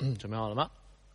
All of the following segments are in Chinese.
准备好了吗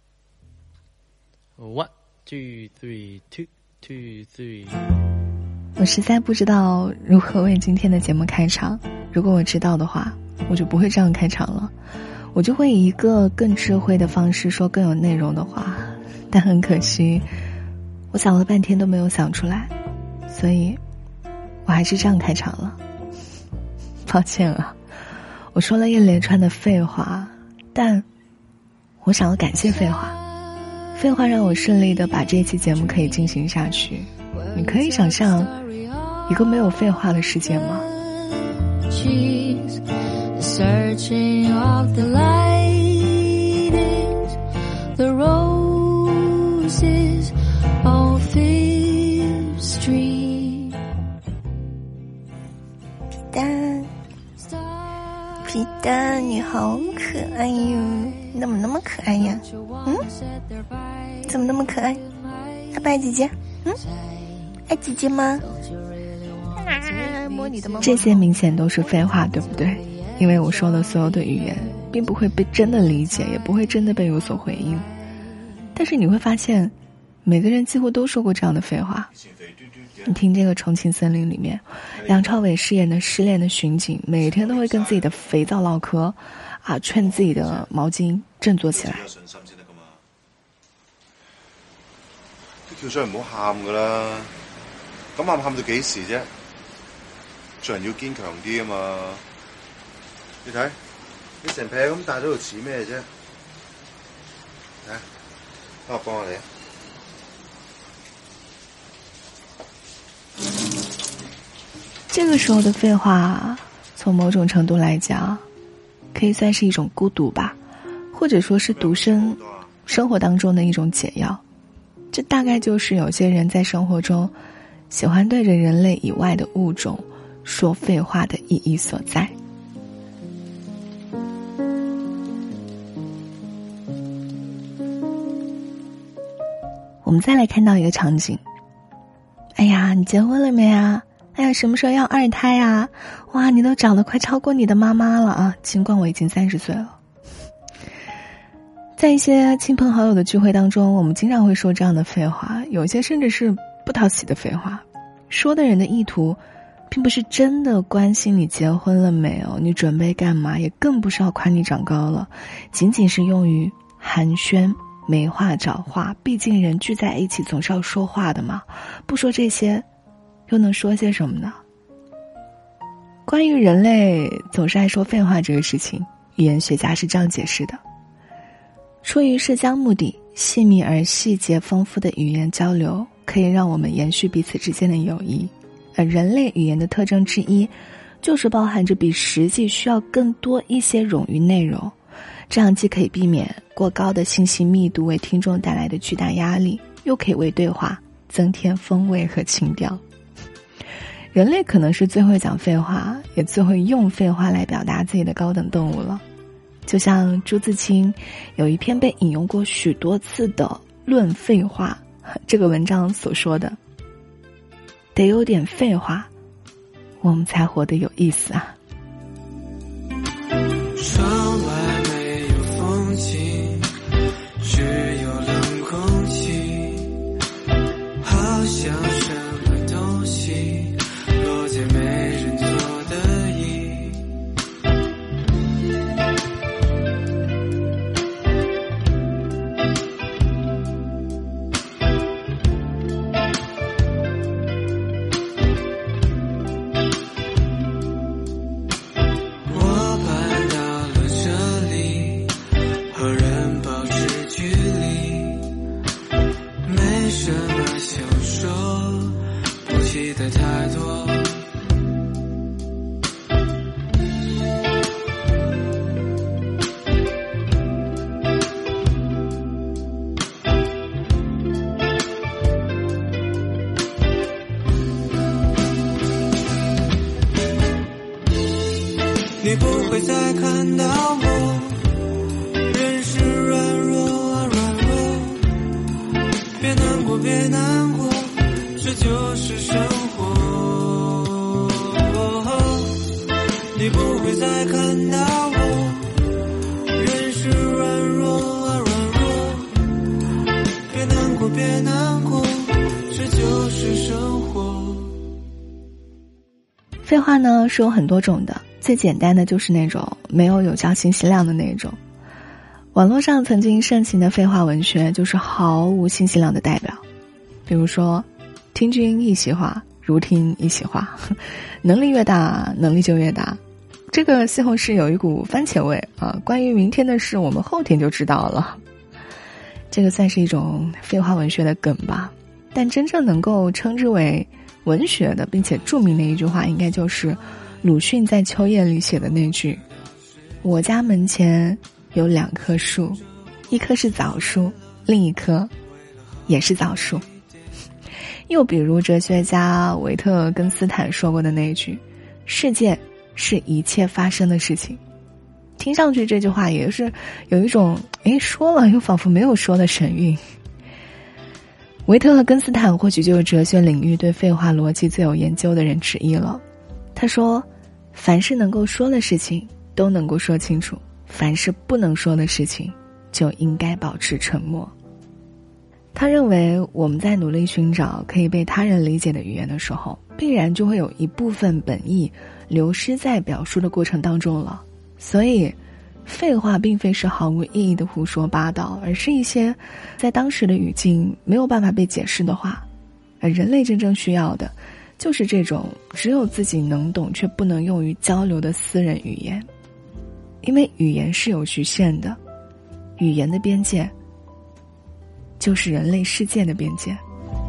？1, 2, 3, 2, 2, 3。 我实在不知道如何为今天的节目开场。如果我知道的话，我就不会这样开场了，我就会以一个更智慧的方式说更有内容的话。但很可惜，我想了半天都没有想出来，所以我还是这样开场了。抱歉啊，我说了一连串的废话，但我想要感谢废话。废话让我顺利地把这期节目可以进行下去。你可以想象一个没有废话的世界吗？ Searching of the lightings, the roses of Fifth Street. 皮蛋，你好可爱哟！你怎么那么可爱呀？怎么那么可爱？爱不爱姐姐？爱姐姐吗？摸你的毛毛。这些明显都是废话，对不对？因为我说的所有的语言并不会被真的理解，也不会真的被有所回应。但是你会发现每个人几乎都说过这样的废话。你听这个重庆森林里面，梁朝伟饰演的失恋的巡警，每天都会跟自己的肥皂唠嗑啊，劝自己的毛巾振作起来。 跳上唔好喊噶啦，咁喊到幾時啫？做人要堅強啲啊嘛！你睇，你成撇咁大咗度似咩啫？睇，幫我你。 这个时候的废话，从某种程度来讲，可以算是一种孤独吧，或者说是独身生活当中的一种解药。这大概就是有些人在生活中喜欢对着人类以外的物种说废话的意义所在。我们再来看到一个场景，哎呀，你结婚了没啊？哎呀，什么时候要二胎啊？哇，你都长得快超过你的妈妈了啊！尽管我已经30岁了。在一些亲朋好友的聚会当中，我们经常会说这样的废话，有些甚至是不讨喜的废话。说的人的意图并不是真的关心你结婚了没有，你准备干嘛，也更不是要夸你长高了，仅仅是用于寒暄，没话找话。毕竟人聚在一起总是要说话的嘛，不说这些又能说些什么呢？关于人类总是爱说废话这个事情，语言学家是这样解释的：出于社交目的，细密而细节丰富的语言交流可以让我们延续彼此之间的友谊，而人类语言的特征之一就是包含着比实际需要更多一些冗余内容，这样既可以避免过高的信息密度为听众带来的巨大压力，又可以为对话增添风味和情调。人类可能是最会讲废话，也最会用废话来表达自己的高等动物了。就像朱自清有一篇被引用过许多次的《论废话》这个文章所说的，得有点废话，我们才活得有意思啊。 窗外没有风景，只有冷空气，好像什么东西落在没人做的意。太多，你不会再看到我，人是软弱啊软弱，别难过别难过，这就是生活。你不会再看到我，人是软弱废话呢是有很多种的，最简单的就是那种没有有效信息量的那种。网络上曾经盛行的废话文学就是毫无信息量的代表，比如说听君一席话，如听一席话，能力越大能力就越大，这个西红柿有一股番茄味啊，关于明天的事我们后天就知道了。这个算是一种废话文学的梗吧，但真正能够称之为文学的并且著名的一句话，应该就是鲁迅在《秋叶》里写的那句：我家门前有2棵树，一棵是枣树，另一棵也是枣树。又比如哲学家维特根斯坦说过的那句：世界是一切发生的事情。听上去这句话也是有一种说了又仿佛没有说的神韵。维特根斯坦或许就是哲学领域对废话逻辑最有研究的人之一了。他说，凡是能够说的事情都能够说清楚，凡是不能说的事情就应该保持沉默。他认为我们在努力寻找可以被他人理解的语言的时候，必然就会有一部分本意流失在表述的过程当中了。所以废话并非是毫无意义的胡说八道，而是一些在当时的语境没有办法被解释的话。而人类真正需要的就是这种只有自己能懂却不能用于交流的私人语言。因为语言是有局限的，语言的边界就是人类世界的边界。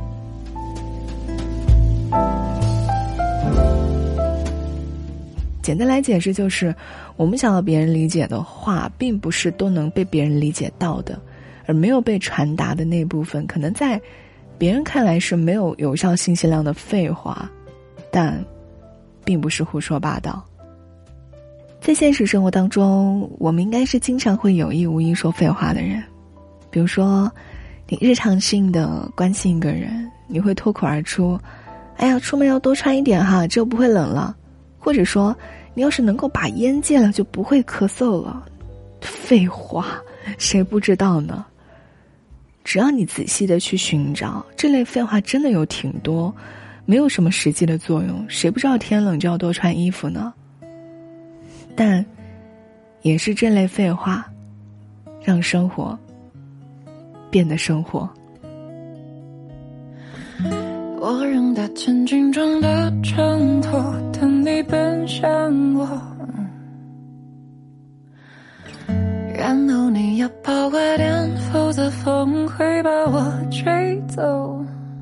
简单来解释，就是我们想要别人理解的话，并不是都能被别人理解到的，而没有被传达的那部分，可能在别人看来是没有有效信息量的废话，但并不是胡说八道。在现实生活当中，我们应该是经常会有意无意说废话的人。比如说你日常性的关心一个人，你会脱口而出：哎呀，出门要多穿一点哈，这不会冷了。或者说你要是能够把烟戒了，就不会咳嗽了。废话，谁不知道呢？只要你仔细的去寻找，这类废话真的有挺多，没有什么实际的作用，谁不知道天冷就要多穿衣服呢？但也是这类废话让生活变得生活。 我扔大千斤重的承托，等你奔向我，然后你要跑快点，否则风会把我吹走。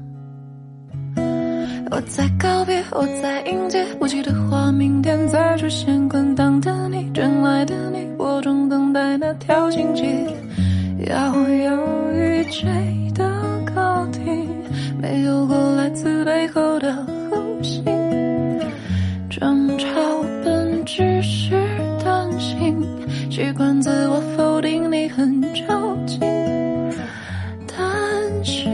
我在告别，我在迎接，不记得画明天再出现，滚烫的你，真爱的你，我正等待那条荆棘，摇摇欲坠的高低，没有过来自背后的呼吸。争吵本质是担心，习惯自我否定，你很着急。但是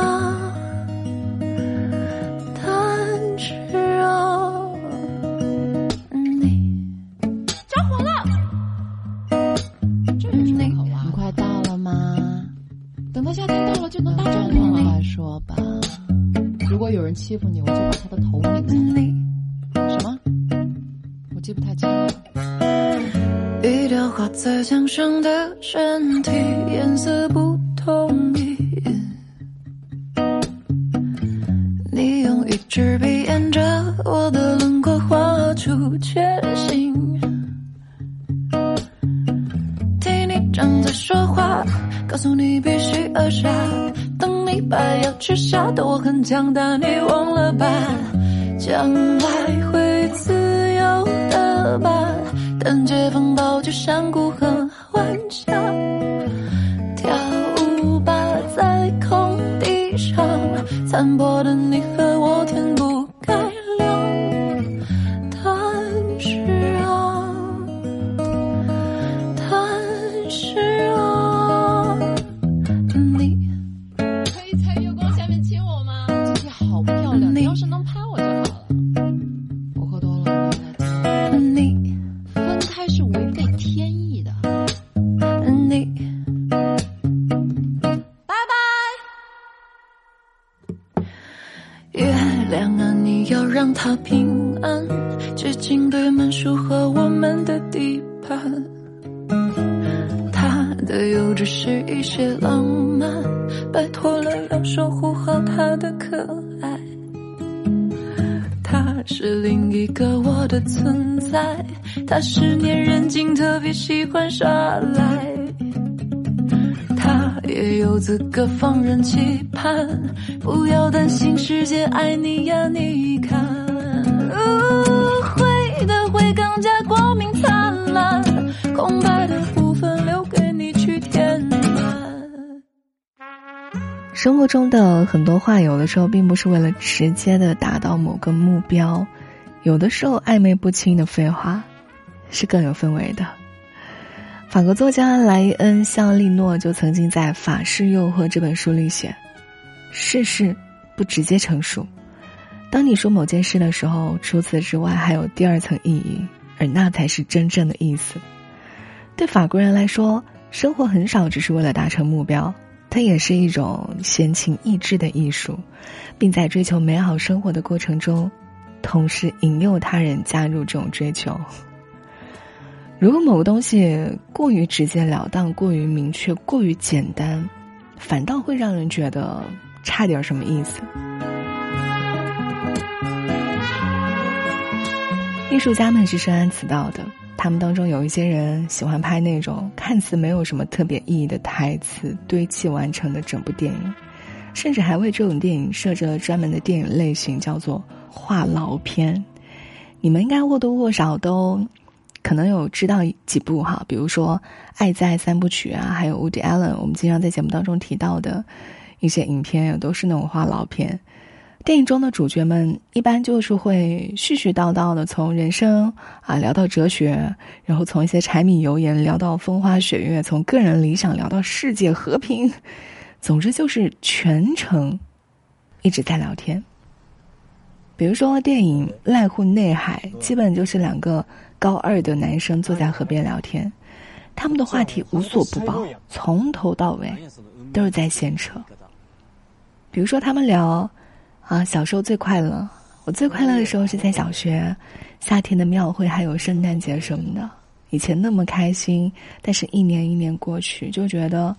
你着火了！这有什么口啊？你快到了吗？等到夏天到了就能搭帐篷了。快说吧，如果有人欺负你，我就把他的头拧下来。什么？我记不太清了。 一条画在墙上的身体，颜色不统一。你用一支笔沿着我的轮廓画出缺陷。听你正在说话，告诉你必须扼杀。等你把药吃下，的我很强大，你忘了吧？将来会自由的吧？等解放暴击山谷和晚霞，跳舞吧在空地上，残破的你和我填不改良。但是你可以在月光下面亲我吗？姐姐好漂亮，你要是能拍我就好了。我喝多了， 你分开是违背天意的。 你拜拜。 让他平安，接近堆满书和我们的地盘。他的幼稚是一些浪漫，拜托了要守护好他的可爱。他是另一个我的存在，他是粘人精，特别喜欢耍赖。他也有资格放任期盼，不要担心世界爱你呀，你看。会的会更加光明灿烂，空白的部分留给你去填满。 生活中的很多话，有的时候并不是为了直接的达到某个目标，有的时候暧昧不清的废话是更有氛围的。法国作家莱恩·肖利诺就曾经在《法式诱惑》这本书里写，事事不直接陈述，当你说某件事的时候，除此之外还有第二层意义，而那才是真正的意思。对法国人来说，生活很少只是为了达成目标，它也是一种闲情逸致的艺术，并在追求美好生活的过程中，同时引诱他人加入这种追求。如果某个东西过于直截了当，过于明确，过于简单，反倒会让人觉得差点什么意思。艺术家们是深谙此道的，他们当中有一些人喜欢拍那种看似没有什么特别意义的台词堆砌完成的整部电影，甚至还为这种电影设置了专门的电影类型，叫做话痨片。你们应该或多或少都可能有知道几部哈，比如说《爱在三部曲》啊，还有 Woody Allen 我们经常在节目当中提到的一些影片，也都是那种话痨片。电影中的主角们一般就是会絮絮叨叨的从人生啊聊到哲学，然后从一些柴米油盐聊到风花雪月，从个人理想聊到世界和平，总之就是全程一直在聊天。比如说电影《濑户内海》，基本就是两个高二的男生坐在河边聊天，他们的话题无所不包，从头到尾都是在闲扯。比如说他们聊小时候最快乐，我最快乐的时候是在小学，夏天的庙会还有圣诞节什么的，以前那么开心，但是一年一年过去，就觉得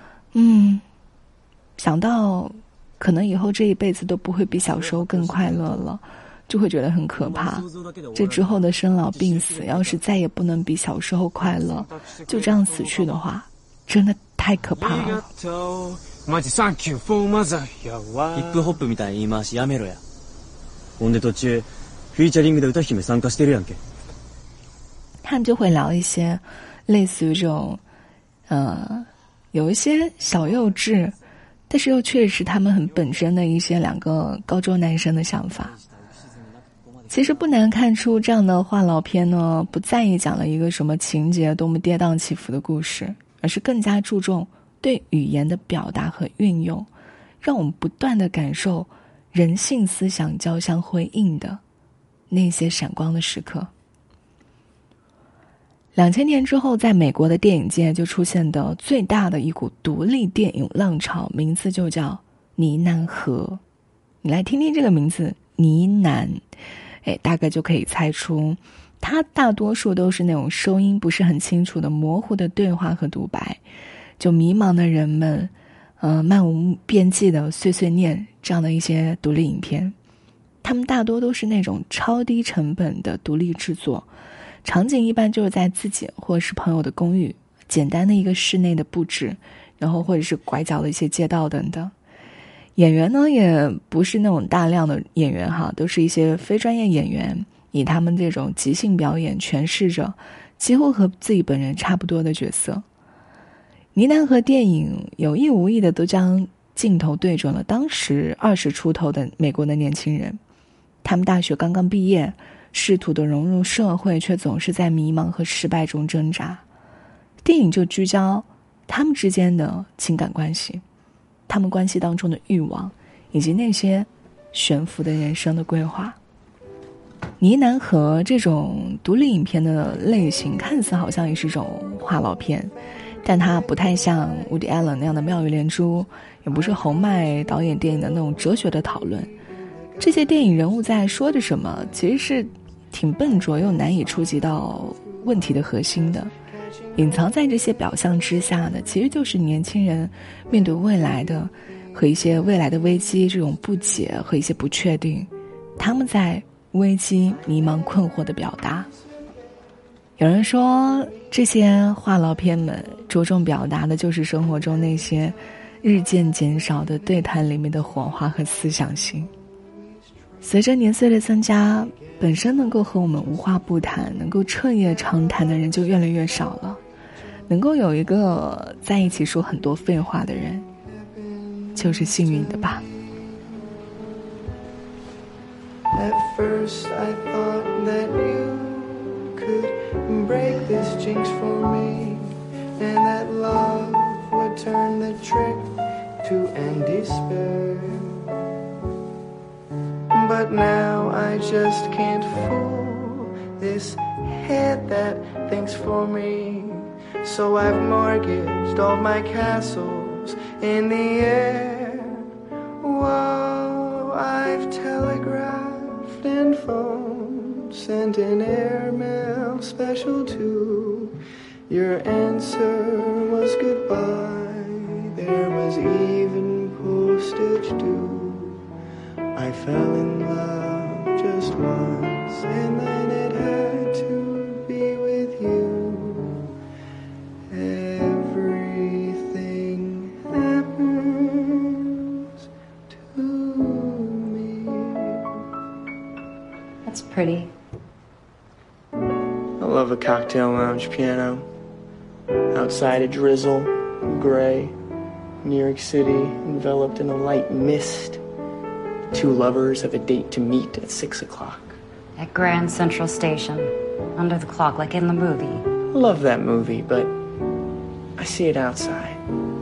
想到可能以后这一辈子都不会比小时候更快乐了，就会觉得很可怕。这之后的生老病死，要是再也不能比小时候快乐，就这样死去的話，真的太可怕了。 マジサンキューフォーマザーやわ。 ヒップホップみたいな言い回しやめろや。ほんで途中フィーチャリングで歌姫参加してるやんけ。 他们就会聊一些类似于这种有一些小幼稚，但是又确实是他们很本真的一些两个高中男生的想法。其实不难看出，这样的话痨片呢，不在意讲了一个什么情节多么跌宕起伏的故事，而是更加注重对语言的表达和运用，让我们不断地感受人性思想交相辉映的那些闪光的时刻。2000年之后，在美国的电影界就出现的最大的一股独立电影浪潮，名字就叫呢喃河。你来听听这个名字呢喃，大概就可以猜出它大多数都是那种收音不是很清楚的模糊的对话和独白，就迷茫的人们漫无边际的碎碎念这样的一些独立影片。他们大多都是那种超低成本的独立制作，场景一般就是在自己或者是朋友的公寓，简单的一个室内的布置，然后或者是拐角的一些街道等等。演员呢也不是那种大量的演员哈，都是一些非专业演员，以他们这种即兴表演诠释着几乎和自己本人差不多的角色。呢喃河电影有意无意的都将镜头对准了当时20出头的美国的年轻人，他们大学刚刚毕业，试图的融入社会，却总是在迷茫和失败中挣扎。电影就聚焦他们之间的情感关系，他们关系当中的欲望，以及那些悬浮的人生的规划。呢喃河这种独立影片的类型看似好像也是一种话痨片，但它不太像 Woody Allen 那样的妙语连珠，也不是侯麦导演电影的那种哲学的讨论， 这些电影人物在说着什么，其实是挺笨拙又难以触及到问题的核心的。隐藏在这些表象之下的，其实就是年轻人面对未来的和一些未来的危机这种不解和一些不确定，他们在危机迷茫困惑的表达。有人说这些话痨片们着重表达的就是生活中那些日渐减少的对谈里面的火花和思想性。随着年岁的增加，本身能够和我们无话不谈，能够彻夜长谈的人就越来越少了，能够有一个在一起说很多废话的人就是幸运的吧。 At first I thought that you could break this jinx for me, and that love would turn the trick to end despair. But now I just can't fool this head that thinks for me. So I've mortgaged all my castles in the air. Whoa, I've telegraphed and phoned, sent an airmail special too. Your answer was goodbye, there was even postage due. I fell in love just once, and then it had to be with you. Everything happens to me. That's pretty. I love a cocktail lounge piano. Outside a drizzle, gray. New York City enveloped in a light mist. Two lovers have a date to meet at 6 o'clock. At Grand Central Station, under the clock, like in the movie. I love that movie, but I see it outside.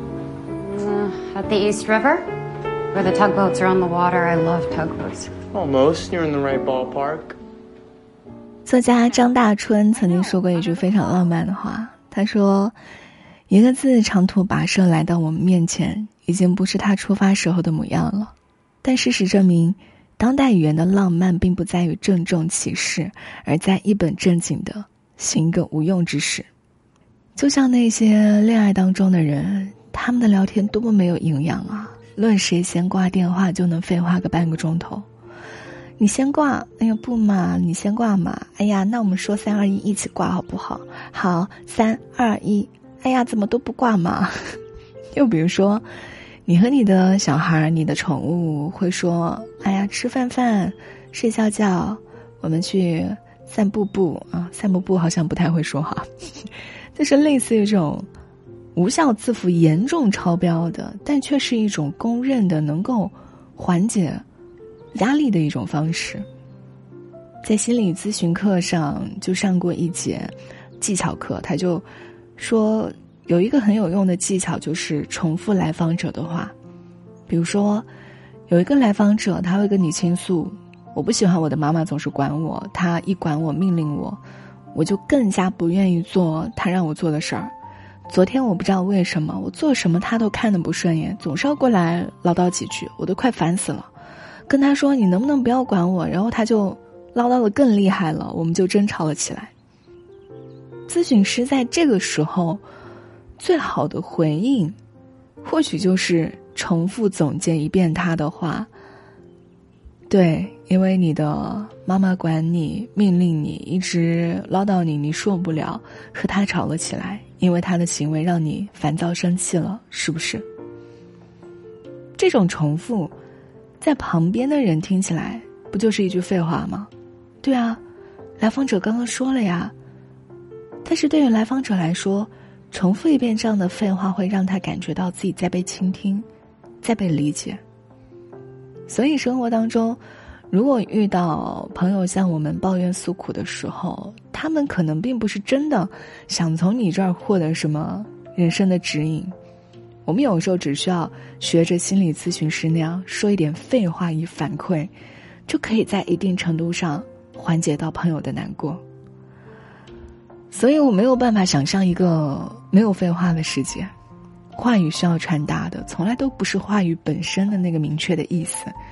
At the East River, where the tugboats are on the water. I love tugboats. Almost. You're in the right ballpark. 作家张大春曾经说过一句非常浪漫的话，他说，一个字长途跋涉来到我们面前，已经不是他出发时候的模样了。但事实证明，当代语言的浪漫并不在于郑重其事，而在一本正经的行一个无用之事。就像那些恋爱当中的人，他们的聊天多么没有营养啊，论谁先挂电话就能废话个半个钟头。你先挂，哎呀不嘛，你先挂嘛，哎呀那我们说3、2、1一起挂好不好？好，3、2、1，哎呀怎么都不挂嘛？又比如说，你和你的小孩、你的宠物会说，哎呀吃饭饭，睡觉觉，我们去散步步啊，散步步好像不太会说哈，就是类似于这种无效字符严重超标的，但却是一种公认的能够缓解压力的一种方式。在心理咨询课上就上过一节技巧课，他就说有一个很有用的技巧，就是重复来访者的话。比如说有一个来访者，他会跟你倾诉，我不喜欢我的妈妈总是管我，她一管我命令我，我就更加不愿意做她让我做的事儿。昨天我不知道为什么，我做什么她都看得不顺眼，总是要过来唠叨几句，我都快烦死了。跟她说你能不能不要管我，然后她就唠叨得更厉害了，我们就争吵了起来。咨询师在这个时候最好的回应，或许就是重复总结一遍他的话。对，因为你的妈妈管你，命令你，一直唠叨你，你受不了，和他吵了起来，因为他的行为让你烦躁生气了，是不是？这种重复在旁边的人听起来不就是一句废话吗？对啊，来访者刚刚说了呀。但是对于来访者来说，重复一遍这样的废话会让他感觉到自己在被倾听，在被理解。所以生活当中，如果遇到朋友向我们抱怨诉苦的时候，他们可能并不是真的想从你这儿获得什么人生的指引。我们有时候只需要学着心理咨询师那样说一点废话以反馈，就可以在一定程度上缓解到朋友的难过。所以我没有办法想象一个没有废话的世界。话语需要传达的从来都不是话语本身的那个明确的意思，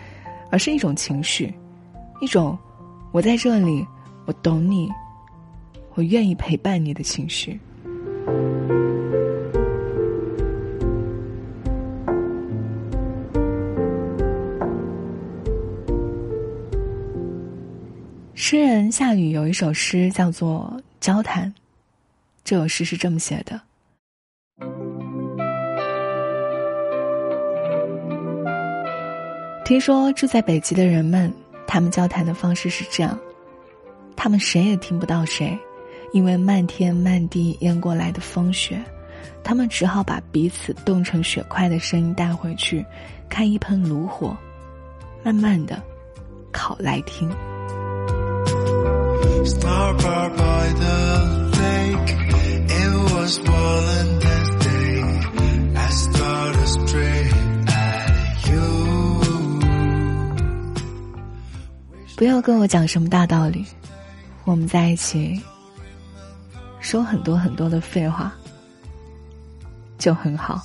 而是一种情绪，一种我在这里，我懂你，我愿意陪伴你的情绪。诗人夏雨有一首诗叫做《交谈》，这首诗是这么写的：听说住在北极的人们，他们交谈的方式是这样，他们谁也听不到谁，因为漫天漫地淹过来的风雪，他们只好把彼此冻成雪块的声音带回去，看一盆炉火慢慢的烤来听。 Starboard by the lake, it was Valentine's Day. I started straight at you. 不要跟我讲什么大道理，我们在一起说很多很多的废话就很好。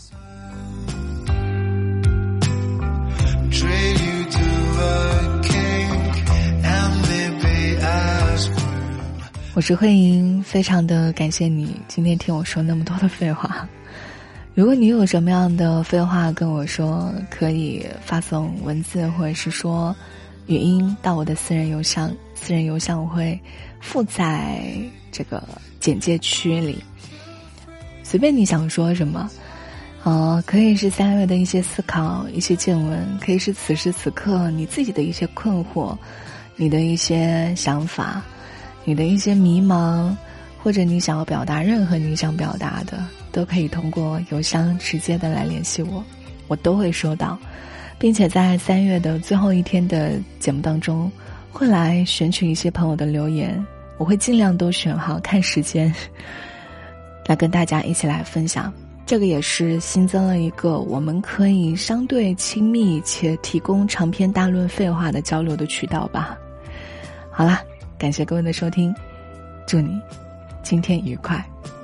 我是慧莹，非常的感谢你今天听我说那么多的废话。如果你有什么样的废话跟我说，可以发送文字或者是说语音到我的私人邮箱，私人邮箱我会附在这个简介区里，随便你想说什么。可以是3月的一些思考，一些见闻，可以是此时此刻你自己的一些困惑，你的一些想法，你的一些迷茫，或者你想要表达任何你想表达的，都可以通过邮箱直接的来联系我，我都会收到，并且在3月的最后一天的节目当中会来选取一些朋友的留言，我会尽量都选好，看时间来跟大家一起来分享。这个也是新增了一个我们可以相对亲密且提供长篇大论废话的交流的渠道吧。好啦，感谢各位的收听，祝你今天愉快。